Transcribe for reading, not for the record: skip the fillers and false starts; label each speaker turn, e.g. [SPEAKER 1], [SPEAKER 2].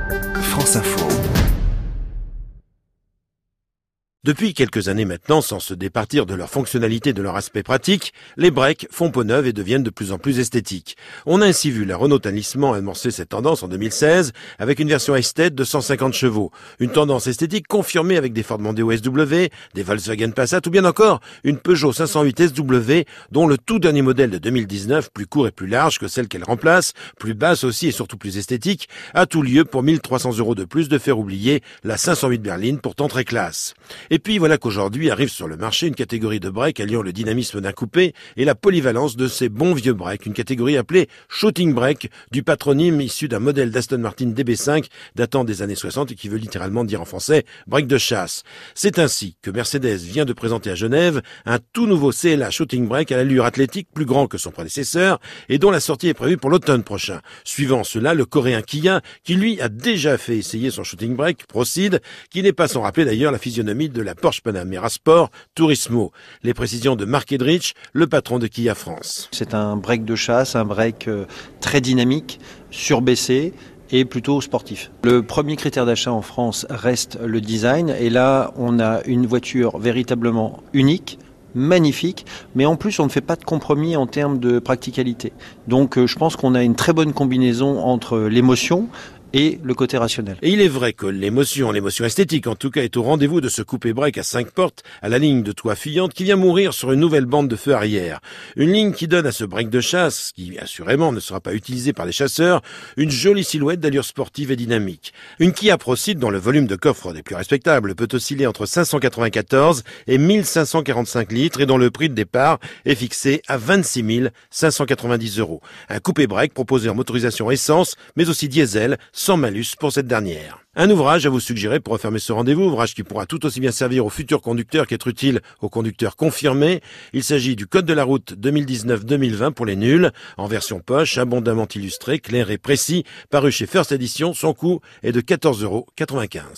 [SPEAKER 1] France Info.
[SPEAKER 2] Depuis quelques années maintenant, sans se départir de leur fonctionnalité et de leur aspect pratique, les breaks font peau neuve et deviennent de plus en plus esthétiques. On a ainsi vu la Renault Talisman amorcer cette tendance en 2016 avec une version esthète de 150 chevaux. Une tendance esthétique confirmée avec des Ford Mondeo SW, des Volkswagen Passat ou bien encore une Peugeot 508 SW dont le tout dernier modèle de 2019, plus court et plus large que celle qu'elle remplace, plus basse aussi et surtout plus esthétique, a tout lieu pour 1300 € de plus de faire oublier la 508 berline pourtant très classe. Et puis voilà qu'aujourd'hui arrive sur le marché une catégorie de break alliant le dynamisme d'un coupé et la polyvalence de ces bons vieux breaks, une catégorie appelée shooting break, du patronyme issu d'un modèle d'Aston Martin DB5 datant des années 60 et qui veut littéralement dire en français break de chasse. C'est ainsi que Mercedes vient de présenter à Genève un tout nouveau CLA shooting break à l'allure athlétique plus grand que son prédécesseur et dont la sortie est prévue pour l'automne prochain. Suivant cela, le coréen Kia, qui lui a déjà fait essayer son shooting break Proceed, qui n'est pas sans rappeler d'ailleurs la physionomie de la Porsche Panamera Sport Turismo. Les précisions de Marc Edrich, le patron de Kia France.
[SPEAKER 3] C'est un break de chasse, un break très dynamique, surbaissé et plutôt sportif. Le premier critère d'achat en France reste le design et là on a une voiture véritablement unique, magnifique, mais en plus on ne fait pas de compromis en termes de practicalité. Donc je pense qu'on a une très bonne combinaison entre l'émotion et le côté rationnel.
[SPEAKER 2] Et il est vrai que l'émotion esthétique en tout cas, est au rendez-vous de ce coupé break à 5 portes à la ligne de toit fuyante qui vient mourir sur une nouvelle bande de feu arrière. Une ligne qui donne à ce break de chasse, qui assurément ne sera pas utilisé par les chasseurs, une jolie silhouette d'allure sportive et dynamique. Une Kia Proceed dont le volume de coffre des plus respectables peut osciller entre 594 et 1545 litres et dont le prix de départ est fixé à 26 590 €. Un coupé break proposé en motorisation essence mais aussi diesel, sans malus pour cette dernière. Un ouvrage à vous suggérer pour refermer ce rendez-vous, ouvrage qui pourra tout aussi bien servir aux futurs conducteurs qu'être utile aux conducteurs confirmés. Il s'agit du Code de la route 2019-2020 pour les nuls, en version poche, abondamment illustré, clair et précis, paru chez First Edition. Son coût est de 14,95 €.